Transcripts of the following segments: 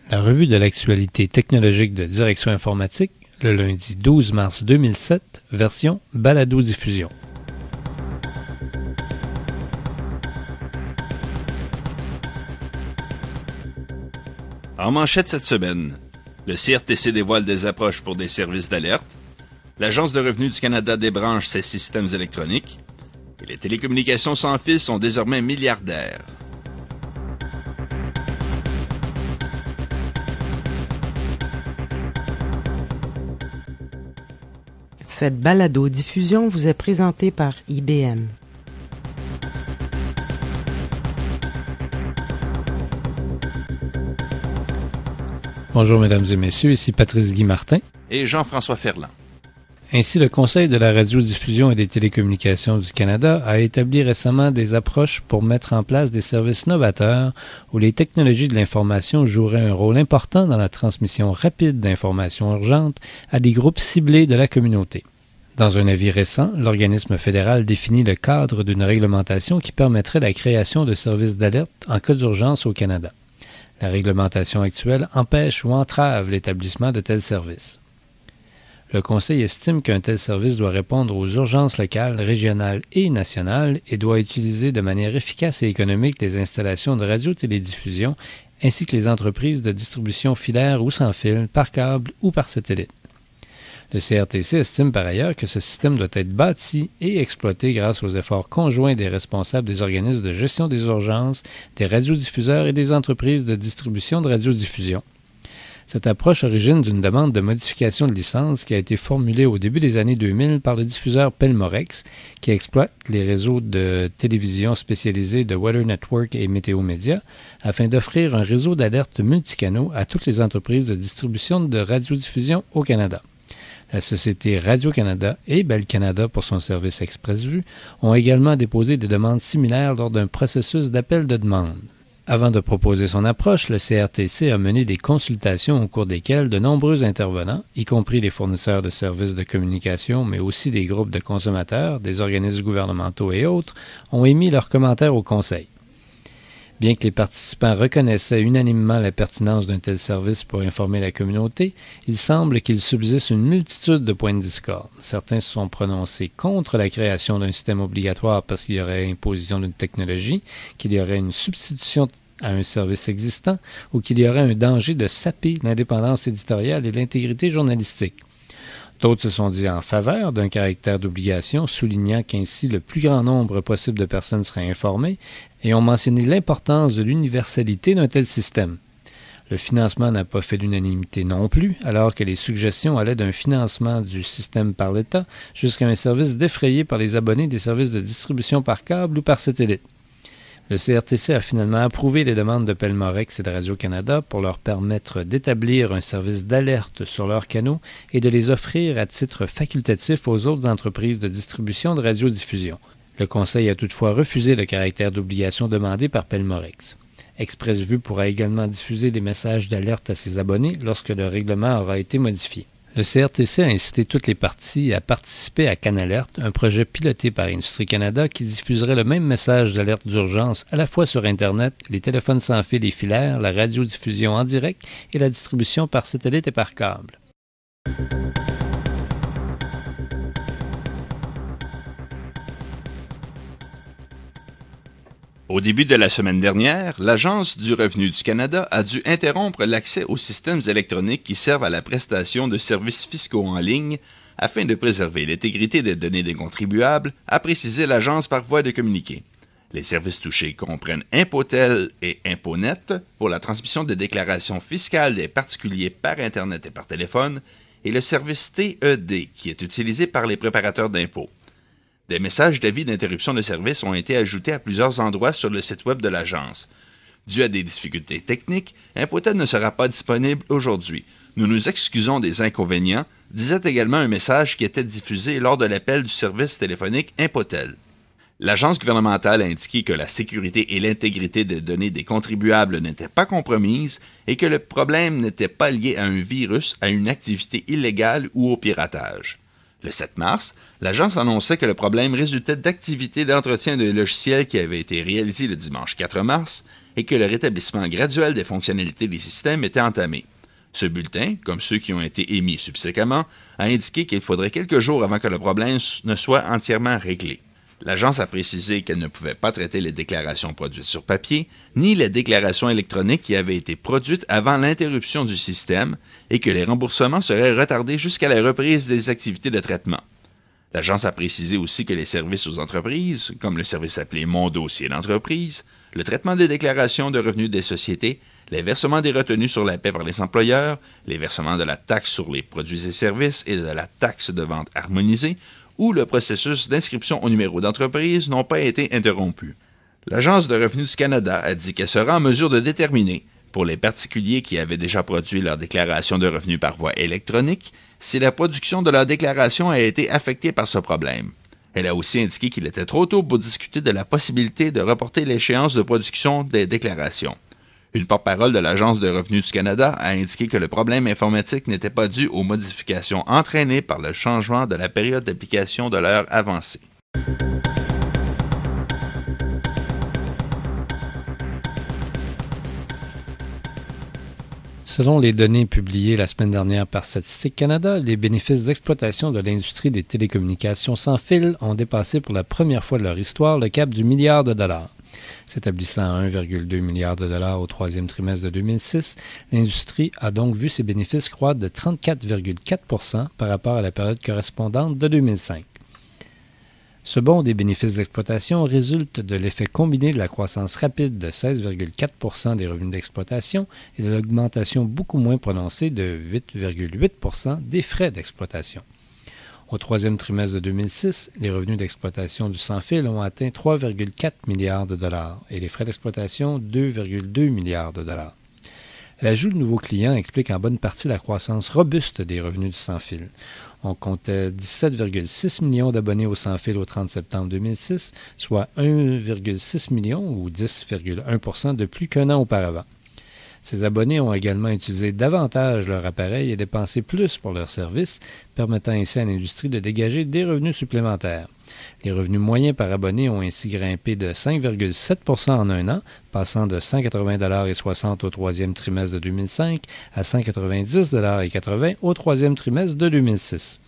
La revue de l'actualité technologique de Direction informatique, le lundi 12 mars 2007, version balado-diffusion. En manchette cette semaine, le CRTC dévoile des approches pour des services d'alerte, l'Agence de revenus du Canada débranche ses systèmes électroniques et les télécommunications sans fil sont désormais milliardaires. Cette balado-diffusion vous est présentée par IBM. Bonjour mesdames et messieurs, ici Patrice Guy Martin Et Jean-François Ferland. Ainsi, le Conseil de la radiodiffusion et des télécommunications du Canada a établi récemment des approches pour mettre en place des services novateurs où les technologies de l'information joueraient un rôle important dans la transmission rapide d'informations urgentes à des groupes ciblés de la communauté. Dans un avis récent, l'organisme fédéral définit le cadre d'une réglementation qui permettrait la création de services d'alerte en cas d'urgence au Canada. La réglementation actuelle empêche ou entrave l'établissement de tels services. Le Conseil estime qu'un tel service doit répondre aux urgences locales, régionales et nationales et doit utiliser de manière efficace et économique les installations de radio-télédiffusion ainsi que les entreprises de distribution filaire ou sans fil, par câble ou par satellite. Le CRTC estime par ailleurs que ce système doit être bâti et exploité grâce aux efforts conjoints des responsables des organismes de gestion des urgences, des radiodiffuseurs et des entreprises de distribution de radiodiffusion. Cette approche origine d'une demande de modification de licence qui a été formulée au début des années 2000 par le diffuseur Pelmorex, qui exploite les réseaux de télévision spécialisés de Weather Network et Météo Média, afin d'offrir un réseau d'alerte multicanaux à toutes les entreprises de distribution de radiodiffusion au Canada. La société Radio-Canada et Bell Canada pour son service ExpressVu ont également déposé des demandes similaires lors d'un processus d'appel de demande. Avant de proposer son approche, le CRTC a mené des consultations au cours desquelles de nombreux intervenants, y compris les fournisseurs de services de communication, mais aussi des groupes de consommateurs, des organismes gouvernementaux et autres, ont émis leurs commentaires au Conseil. Bien que les participants reconnaissaient unanimement la pertinence d'un tel service pour informer la communauté, il semble qu'il subsiste une multitude de points de discorde. Certains se sont prononcés contre la création d'un système obligatoire parce qu'il y aurait imposition d'une technologie, qu'il y aurait une substitution à un service existant ou qu'il y aurait un danger de saper l'indépendance éditoriale et l'intégrité journalistique. D'autres se sont dit en faveur d'un caractère d'obligation, soulignant qu'ainsi le plus grand nombre possible de personnes seraient informées, et ont mentionné l'importance de l'universalité d'un tel système. Le financement n'a pas fait l'unanimité non plus, alors que les suggestions allaient d'un financement du système par l'État jusqu'à un service défrayé par les abonnés des services de distribution par câble ou par satellite. Le CRTC a finalement approuvé les demandes de Pelmorex et de Radio-Canada pour leur permettre d'établir un service d'alerte sur leurs canaux et de les offrir à titre facultatif aux autres entreprises de distribution de radiodiffusion. Le Conseil a toutefois refusé le caractère d'obligation demandé par Pelmorex. ExpressVu pourra également diffuser des messages d'alerte à ses abonnés lorsque le règlement aura été modifié. Le CRTC a incité toutes les parties à participer à Canalerte, un projet piloté par Industrie Canada qui diffuserait le même message d'alerte d'urgence à la fois sur Internet, les téléphones sans fil et filaires, la radiodiffusion en direct et la distribution par satellite et par câble. Au début de la semaine dernière, l'Agence du revenu du Canada a dû interrompre l'accès aux systèmes électroniques qui servent à la prestation de services fiscaux en ligne afin de préserver l'intégrité des données des contribuables, a précisé l'Agence par voie de communiqué. Les services touchés comprennent Impotel et Imponet pour la transmission des déclarations fiscales des particuliers par Internet et par téléphone et le service TED qui est utilisé par les préparateurs d'impôts. Des messages d'avis d'interruption de service ont été ajoutés à plusieurs endroits sur le site web de l'Agence. Dû à des difficultés techniques, Impotel ne sera pas disponible aujourd'hui. Nous nous excusons des inconvénients, disait également un message qui était diffusé lors de l'appel du service téléphonique Impotel. L'agence gouvernementale a indiqué que la sécurité et l'intégrité des données des contribuables n'étaient pas compromises et que le problème n'était pas lié à un virus, à une activité illégale ou au piratage. Le 7 mars, l'agence annonçait que le problème résultait d'activités d'entretien de logiciels qui avaient été réalisées le dimanche 4 mars et que le rétablissement graduel des fonctionnalités des systèmes était entamé. Ce bulletin, comme ceux qui ont été émis subséquemment, a indiqué qu'il faudrait quelques jours avant que le problème ne soit entièrement réglé. L'agence a précisé qu'elle ne pouvait pas traiter les déclarations produites sur papier, ni les déclarations électroniques qui avaient été produites avant l'interruption du système et que les remboursements seraient retardés jusqu'à la reprise des activités de traitement. L'agence a précisé aussi que les services aux entreprises, comme le service appelé Mon dossier d'entreprise, le traitement des déclarations de revenus des sociétés, les versements des retenues sur la paie par les employeurs, les versements de la taxe sur les produits et services et de la taxe de vente harmonisée, ou le processus d'inscription au numéro d'entreprise n'ont pas été interrompus. L'Agence de revenus du Canada a dit qu'elle sera en mesure de déterminer, pour les particuliers qui avaient déjà produit leur déclaration de revenus par voie électronique, si la production de leur déclaration a été affectée par ce problème. Elle a aussi indiqué qu'il était trop tôt pour discuter de la possibilité de reporter l'échéance de production des déclarations. Une porte-parole de l'Agence de revenus du Canada a indiqué que le problème informatique n'était pas dû aux modifications entraînées par le changement de la période d'application de l'heure avancée. Selon les données publiées la semaine dernière par Statistique Canada, les bénéfices d'exploitation de l'industrie des télécommunications sans fil ont dépassé pour la première fois de leur histoire le cap du milliard de dollars. S'établissant à 1,2 milliard de dollars au troisième trimestre de 2006, l'industrie a donc vu ses bénéfices croître de 34,4 % par rapport à la période correspondante de 2005. Ce bond des bénéfices d'exploitation résulte de l'effet combiné de la croissance rapide de 16,4 % des revenus d'exploitation et de l'augmentation beaucoup moins prononcée de 8,8 % des frais d'exploitation. Au troisième trimestre de 2006, les revenus d'exploitation du sans-fil ont atteint 3,4 milliards de dollars et les frais d'exploitation 2,2 milliards de dollars. L'ajout de nouveaux clients explique en bonne partie la croissance robuste des revenus du sans-fil. On comptait 17,6 millions d'abonnés au sans-fil au 30 septembre 2006, soit 1,6 million ou 10,1 % de plus qu'un an auparavant. Ces abonnés ont également utilisé davantage leur appareil et dépensé plus pour leurs services, permettant ainsi à l'industrie de dégager des revenus supplémentaires. Les revenus moyens par abonné ont ainsi grimpé de 5,7 % en un an, passant de 180,60 $ au troisième trimestre de 2005 à 190,80 $ au troisième trimestre de 2006.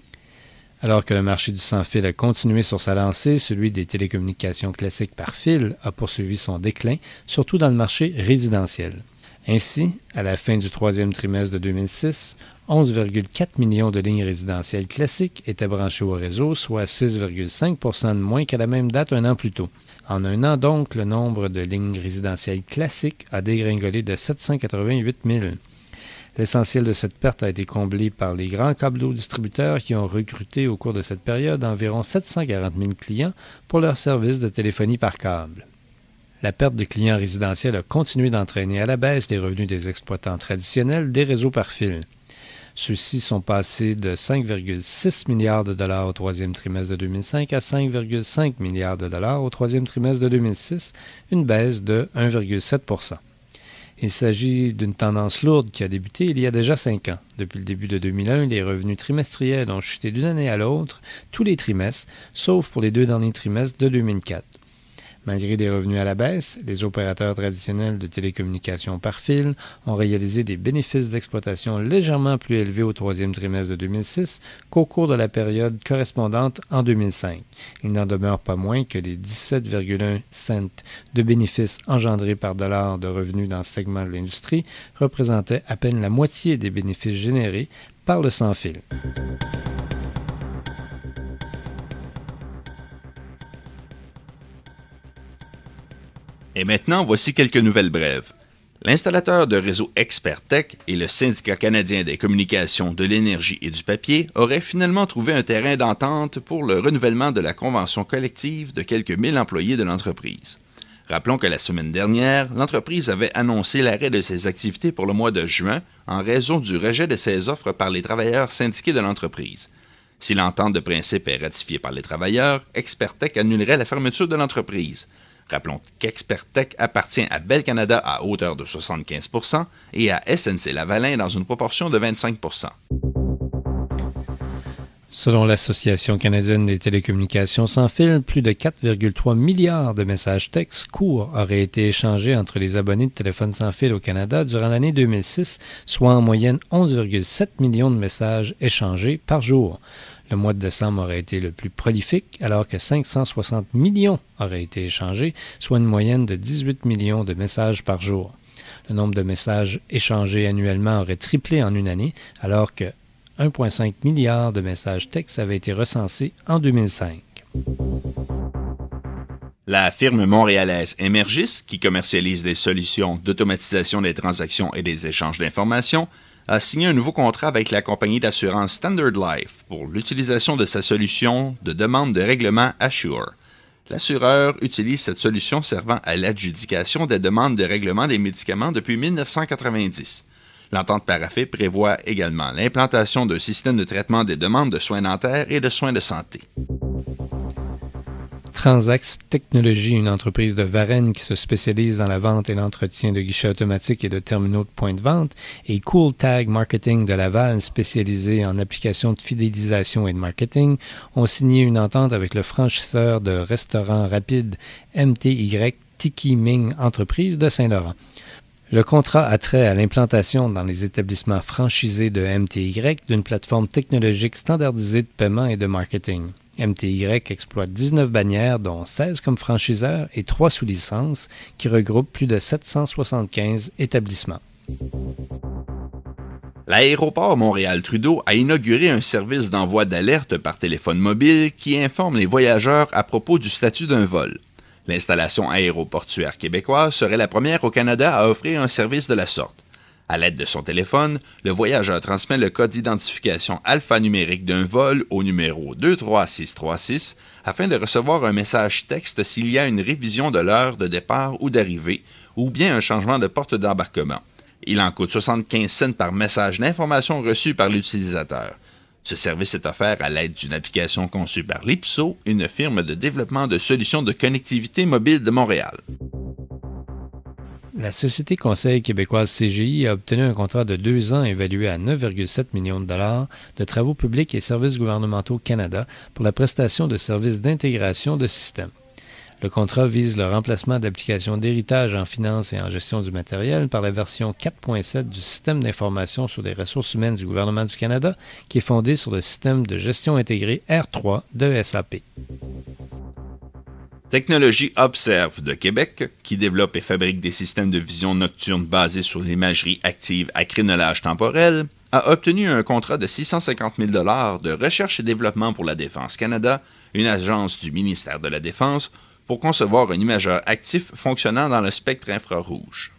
Alors que le marché du sans-fil a continué sur sa lancée, celui des télécommunications classiques par fil a poursuivi son déclin, surtout dans le marché résidentiel. Ainsi, à la fin du troisième trimestre de 2006, 11,4 millions de lignes résidentielles classiques étaient branchées au réseau, soit 6,5 % de moins qu'à la même date un an plus tôt. En un an donc, le nombre de lignes résidentielles classiques a dégringolé de 788 000. L'essentiel de cette perte a été comblé par les grands câbleaux-distributeurs qui ont recruté au cours de cette période environ 740 000 clients pour leurs services de téléphonie par câble. La perte de clients résidentiels a continué d'entraîner à la baisse les revenus des exploitants traditionnels des réseaux par fil. Ceux-ci sont passés de 5,6 milliards de dollars au troisième trimestre de 2005 à 5,5 milliards de dollars au troisième trimestre de 2006, une baisse de 1,7 %. Il s'agit d'une tendance lourde qui a débuté il y a déjà 5 ans. Depuis le début de 2001, les revenus trimestriels ont chuté d'une année à l'autre, tous les trimestres, sauf pour les 2 derniers trimestres de 2004. Malgré des revenus à la baisse, les opérateurs traditionnels de télécommunications par fil ont réalisé des bénéfices d'exploitation légèrement plus élevés au troisième trimestre de 2006 qu'au cours de la période correspondante en 2005. Il n'en demeure pas moins que les 17,1 cents de bénéfices engendrés par dollar de revenus dans ce segment de l'industrie représentaient à peine la moitié des bénéfices générés par le sans-fil. Et maintenant, voici quelques nouvelles brèves. L'installateur de réseau Expertech et le Syndicat canadien des communications, de l'énergie et du papier auraient finalement trouvé un terrain d'entente pour le renouvellement de la convention collective de quelques 1000 employés de l'entreprise. Rappelons que la semaine dernière, l'entreprise avait annoncé l'arrêt de ses activités pour le mois de juin en raison du rejet de ses offres par les travailleurs syndiqués de l'entreprise. Si l'entente de principe est ratifiée par les travailleurs, Expertech annulerait la fermeture de l'entreprise. Rappelons qu'Expertech appartient à Bell Canada à hauteur de 75 % et à SNC-Lavalin dans une proportion de 25 %. Selon l'Association canadienne des télécommunications sans fil, plus de 4,3 milliards de messages textes courts auraient été échangés entre les abonnés de téléphone sans fil au Canada durant l'année 2006, soit en moyenne 11,7 millions de messages échangés par jour. Le mois de décembre aurait été le plus prolifique, alors que 560 millions auraient été échangés, soit une moyenne de 18 millions de messages par jour. Le nombre de messages échangés annuellement aurait triplé en une année, alors que 1,5 milliard de messages textes avaient été recensés en 2005. La firme montréalaise Emergis, qui commercialise des solutions d'automatisation des transactions et des échanges d'informations, a signé un nouveau contrat avec la compagnie d'assurance Standard Life pour l'utilisation de sa solution de demande de règlement Assure. L'assureur utilise cette solution servant à l'adjudication des demandes de règlement des médicaments depuis 1990. L'entente paraphée prévoit également l'implantation d'un système de traitement des demandes de soins dentaires et de soins de santé. Transax Technologies, une entreprise de Varennes qui se spécialise dans la vente et l'entretien de guichets automatiques et de terminaux de points de vente, et CoolTag Marketing de Laval, spécialisé en applications de fidélisation et de marketing, ont signé une entente avec le franchisseur de restaurants rapides MTY Tiki Ming Entreprise de Saint-Laurent. Le contrat a trait à l'implantation dans les établissements franchisés de MTY d'une plateforme technologique standardisée de paiement et de marketing. MTY exploite 19 bannières, dont 16 comme franchiseurs et 3 sous licence, qui regroupent plus de 775 établissements. L'aéroport Montréal-Trudeau a inauguré un service d'envoi d'alerte par téléphone mobile qui informe les voyageurs à propos du statut d'un vol. L'installation aéroportuaire québécoise serait la première au Canada à offrir un service de la sorte. À l'aide de son téléphone, le voyageur transmet le code d'identification alphanumérique d'un vol au numéro 23636 afin de recevoir un message texte s'il y a une révision de l'heure de départ ou d'arrivée ou bien un changement de porte d'embarquement. Il en coûte 75 cents par message d'information reçu par l'utilisateur. Ce service est offert à l'aide d'une application conçue par Lipso, une firme de développement de solutions de connectivité mobile de Montréal. La Société Conseil québécoise CGI a obtenu un contrat de 2 ans évalué à 9,7 millions de dollars de travaux publics et services gouvernementaux Canada pour la prestation de services d'intégration de systèmes. Le contrat vise le remplacement d'applications d'héritage en finance et en gestion du matériel par la version 4.7 du système d'information sur les ressources humaines du gouvernement du Canada, qui est fondé sur le système de gestion intégré R3 de SAP. Technologie Observe de Québec, qui développe et fabrique des systèmes de vision nocturne basés sur l'imagerie active à crénelage temporel, a obtenu un contrat de 650 000 $ de recherche et développement pour la Défense Canada, une agence du ministère de la Défense, pour concevoir un imageur actif fonctionnant dans le spectre infrarouge.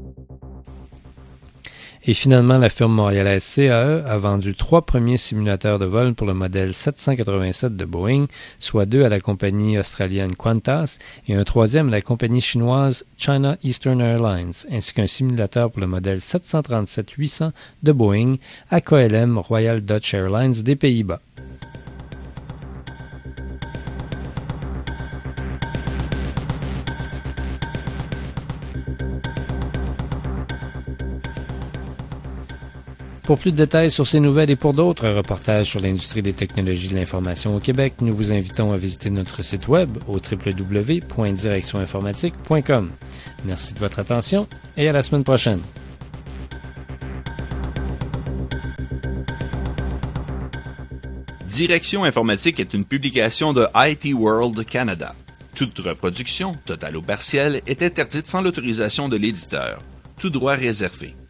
Et finalement, la firme montréalaise CAE a vendu 3 premiers simulateurs de vol pour le modèle 787 de Boeing, soit 2 à la compagnie australienne Qantas et un 3e à la compagnie chinoise China Eastern Airlines, ainsi qu'un simulateur pour le modèle 737-800 de Boeing à KLM Royal Dutch Airlines des Pays-Bas. Pour plus de détails sur ces nouvelles et pour d'autres reportages sur l'industrie des technologies de l'information au Québec, nous vous invitons à visiter notre site web au www.directioninformatique.com. Merci de votre attention et à la semaine prochaine. Direction informatique est une publication de IT World Canada. Toute reproduction, totale ou partielle, est interdite sans l'autorisation de l'éditeur. Tout droit réservé.